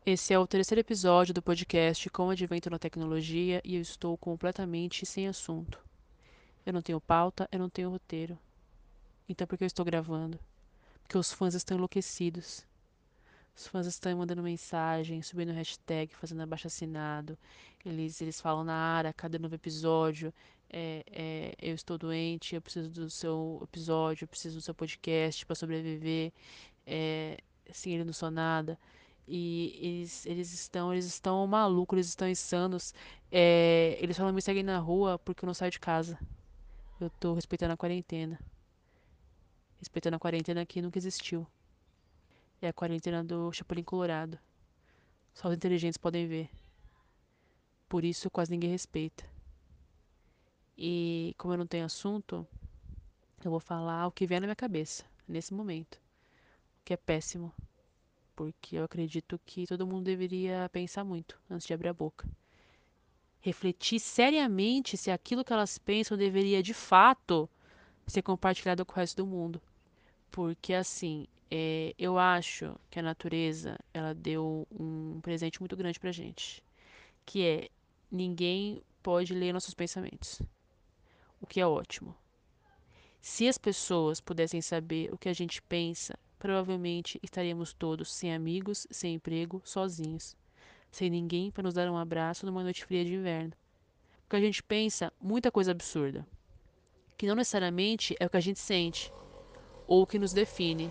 Esse é o terceiro episódio do podcast Com o Advento na Tecnologia e eu estou completamente sem assunto. Eu não tenho pauta, eu não tenho roteiro. Então por que eu estou gravando? Porque os fãs estão enlouquecidos. Os fãs estão mandando mensagem, subindo hashtag, fazendo abaixo-assinado. Eles falam na área, cada novo episódio. Eu estou doente, eu preciso do seu episódio, eu preciso do seu podcast para sobreviver. É, Sem ele não sou nada. E eles estão malucos, eles estão insanos. Eles só não me seguem na rua porque eu não saio de casa. Eu tô respeitando a quarentena. Respeitando a quarentena que nunca existiu. É a quarentena do Chapolin Colorado. Só os inteligentes podem ver. Por isso quase ninguém respeita. E como eu não tenho assunto, eu vou falar o que vier na minha cabeça, nesse momento. O que é péssimo. Porque eu acredito que todo mundo deveria pensar muito antes de abrir a boca. Refletir seriamente se aquilo que elas pensam deveria de fato ser compartilhado com o resto do mundo. Porque assim, eu acho que a natureza ela deu um presente muito grande pra gente, que é ninguém pode ler nossos pensamentos, o que é ótimo. Se as pessoas pudessem saber o que a gente pensa, provavelmente estaríamos todos sem amigos, sem emprego, sozinhos, sem ninguém para nos dar um abraço numa noite fria de inverno. Porque a gente pensa muita coisa absurda, que não necessariamente é o que a gente sente ou o que nos define.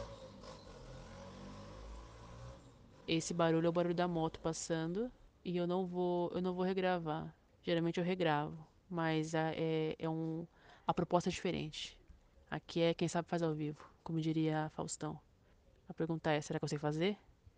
Esse barulho é o barulho da moto passando e eu não vou regravar. Geralmente eu regravo, mas a proposta é diferente. Aqui é quem sabe faz ao vivo, como diria Faustão. A pergunta é, será que eu sei fazer?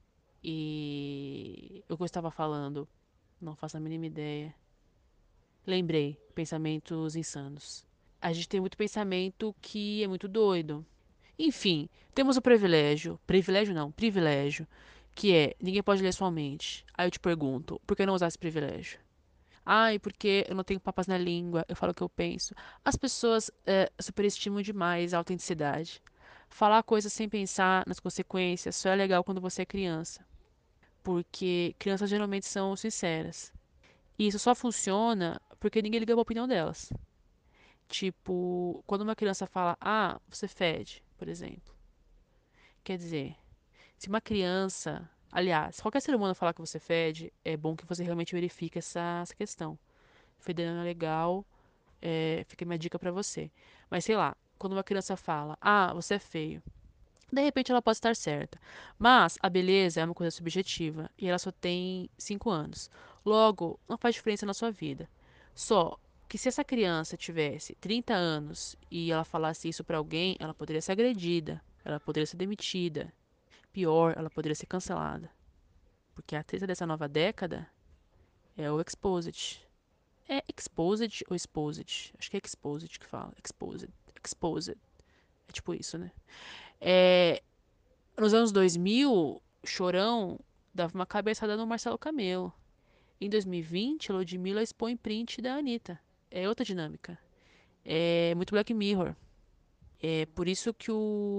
E o que eu estava falando, não faço a mínima ideia. Lembrei, pensamentos insanos. A gente tem muito pensamento que é muito doido. Enfim, temos o privilégio não, privilégio, que é ninguém pode ler sua mente. Aí eu te pergunto, por que não usar esse privilégio? Ai, porque eu não tenho papas na língua, eu falo o que eu penso. As pessoas superestimam demais a autenticidade. Falar coisas sem pensar nas consequências só é legal quando você é criança, porque crianças geralmente são sinceras. E isso só funciona porque ninguém liga pra opinião delas. Tipo, quando uma criança fala, ah, você fede, por exemplo. Quer dizer, se uma criança. Aliás, se qualquer ser humano falar que você fede, é bom que você realmente verifique essa questão. Feder não é legal, fica minha dica pra você. Mas sei lá, quando uma criança fala, ah, você é feio. De repente ela pode estar certa. Mas a beleza é uma coisa subjetiva e ela só tem 5 anos. Logo, não faz diferença na sua vida. Só que se essa criança tivesse 30 anos e ela falasse isso pra alguém, ela poderia ser agredida, ela poderia ser demitida. Pior, ela poderia ser cancelada. Porque a treta dessa nova década é o Exposed. É Exposed ou Exposed? Acho que é Exposed que fala. Exposed. Exposed. É tipo isso, né? É, Nos anos 2000, Chorão dava uma cabeçada no Marcelo Camelo. Em 2020, a Ludmilla expõe print da Anitta. É outra dinâmica. É muito Black Mirror. É por isso que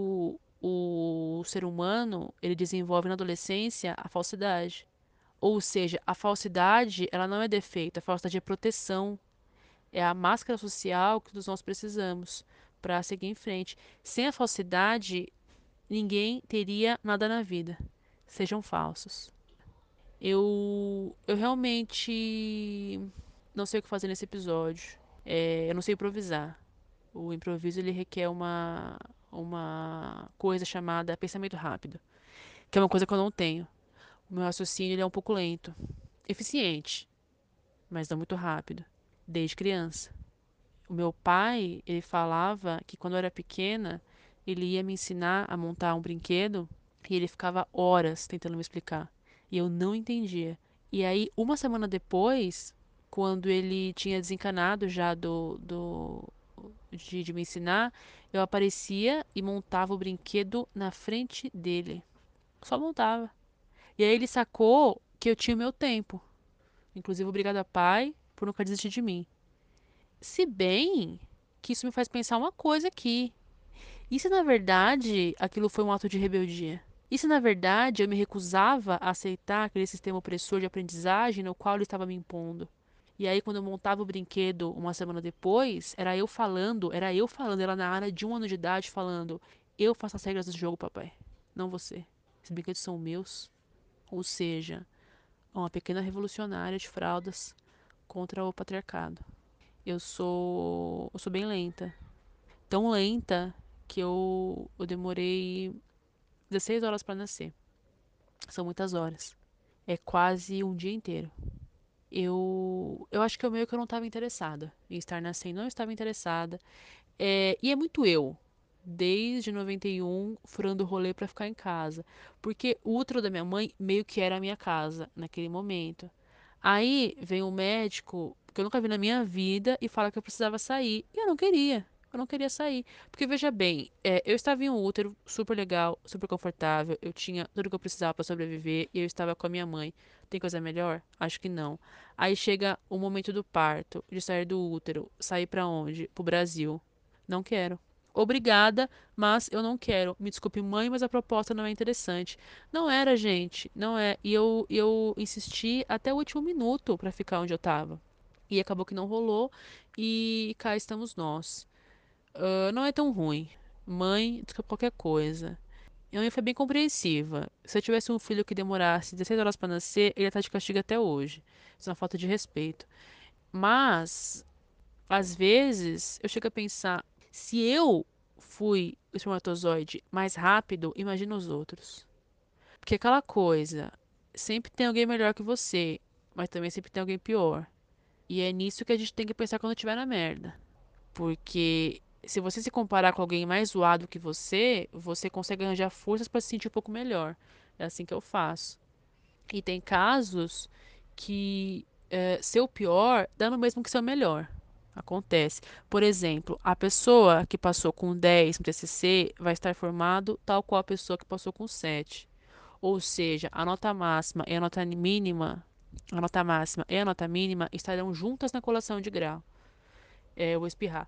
o ser humano ele desenvolve na adolescência a falsidade. Ou seja, a falsidade ela não é defeito, a falsidade é proteção. É a máscara social que nós precisamos para seguir em frente. Sem a falsidade, ninguém teria nada na vida. Sejam falsos. Eu realmente não sei o que fazer nesse episódio. Eu não sei improvisar. O improviso ele requer uma coisa chamada pensamento rápido, que é uma coisa que eu não tenho. O meu raciocínio ele é um pouco lento, eficiente, mas não muito rápido, desde criança. O meu pai, ele falava que quando eu era pequena, ele ia me ensinar a montar um brinquedo e ele ficava horas tentando me explicar. E eu não entendia. E aí, uma semana depois, quando ele tinha desencanado já de me ensinar, eu aparecia e montava o brinquedo na frente dele. Só montava. E aí ele sacou que eu tinha o meu tempo. Inclusive, obrigada, pai, por nunca desistir de mim. Se bem que isso me faz pensar uma coisa aqui. E se na verdade aquilo foi um ato de rebeldia? E se na verdade eu me recusava a aceitar aquele sistema opressor de aprendizagem no qual ele estava me impondo? E aí, quando eu montava o brinquedo uma semana depois, era eu falando, ela na área de 1 ano de idade falando: eu faço as regras do jogo, papai, não você. Esses brinquedos são meus. Ou seja, uma pequena revolucionária de fraldas contra o patriarcado. Eu sou bem lenta. Tão lenta que eu demorei 16 horas para nascer. São muitas horas. É quase um dia inteiro. Eu acho que eu meio que eu não estava interessada em estar nascendo, não estava interessada. E é muito eu, desde 91, furando o rolê pra ficar em casa. Porque o útero da minha mãe meio que era a minha casa naquele momento. Aí vem um médico, que eu nunca vi na minha vida, e fala que eu precisava sair. E eu não queria. Eu não queria sair. Porque veja bem, eu estava em um útero super legal, super confortável. Eu tinha tudo que eu precisava para sobreviver. E eu estava com a minha mãe. Tem coisa melhor? Acho que não. Aí chega o momento do parto, de sair do útero. Sair pra onde? Pro Brasil. Não quero. Obrigada, mas eu não quero. Me desculpe, mãe, mas a proposta não é interessante. Não era, gente. Não é. E eu insisti até o último minuto pra ficar onde eu tava. E acabou que não rolou. E cá estamos nós. Não é tão ruim. Mãe, desculpa qualquer coisa. Minha mãe foi bem compreensiva. Se eu tivesse um filho que demorasse 16 horas pra nascer, ele ia estar de castigo até hoje. Isso é uma falta de respeito. Mas às vezes, eu chego a pensar, se eu fui o espermatozoide mais rápido, imagina os outros. Porque aquela coisa, sempre tem alguém melhor que você, mas também sempre tem alguém pior. E é nisso que a gente tem que pensar quando estiver na merda. Porque se você se comparar com alguém mais zoado que você consegue arranjar forças para se sentir um pouco melhor. É assim que eu faço. E tem casos que ser o pior dá no mesmo que ser o melhor. Acontece. Por exemplo, a pessoa que passou com 10 no TCC vai estar formado tal qual a pessoa que passou com 7. Ou seja, a nota máxima e a nota máxima e a nota mínima estarão juntas na colação de grau. Eu vou espirrar.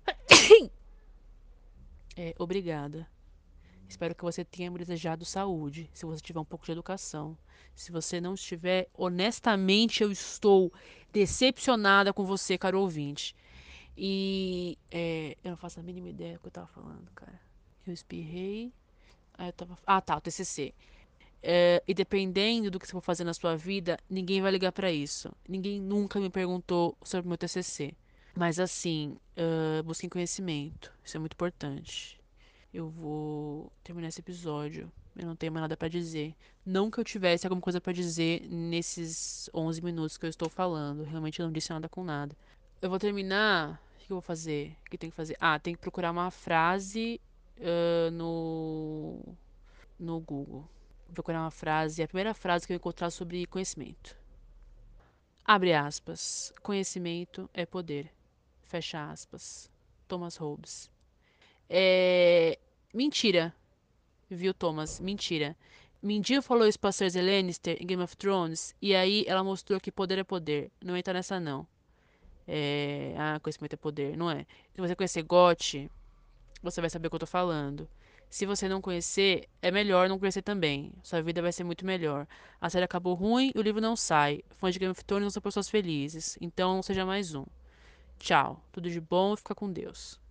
Obrigada. Espero que você tenha me desejado saúde, se você tiver um pouco de educação. Se você não estiver, honestamente, eu estou decepcionada com você, caro ouvinte. Eu não faço a mínima ideia do que eu tava falando, cara. Eu espirrei. Aí eu tava. Ah, tá, o TCC. E dependendo do que você for fazer na sua vida, ninguém vai ligar pra isso. Ninguém nunca me perguntou sobre o meu TCC. Mas assim, busquem conhecimento. Isso é muito importante. Eu vou terminar esse episódio. Eu não tenho mais nada pra dizer. Não que eu tivesse alguma coisa pra dizer nesses 11 minutos que eu estou falando. Realmente eu não disse nada com nada. Eu vou terminar. O que eu vou fazer? O que tem que fazer? Ah, tem que procurar uma frase no Google. Vou procurar uma frase, a primeira frase que eu encontrar sobre conhecimento. Abre aspas. Conhecimento é poder. Fecha aspas. Thomas Hobbes. É. Mentira, viu, Thomas? Mentira. Mindinho falou isso pra Cersei Lannister em Game of Thrones, e aí ela mostrou que poder é poder. Não entra nessa, não. Conhecimento é poder, não é? Se você conhecer GOT, você vai saber o que eu tô falando. Se você não conhecer, é melhor não conhecer também. Sua vida vai ser muito melhor. A série acabou ruim e o livro não sai. Fãs de Game of Thrones não são pessoas felizes. Então, seja mais um. Tchau. Tudo de bom e fica com Deus.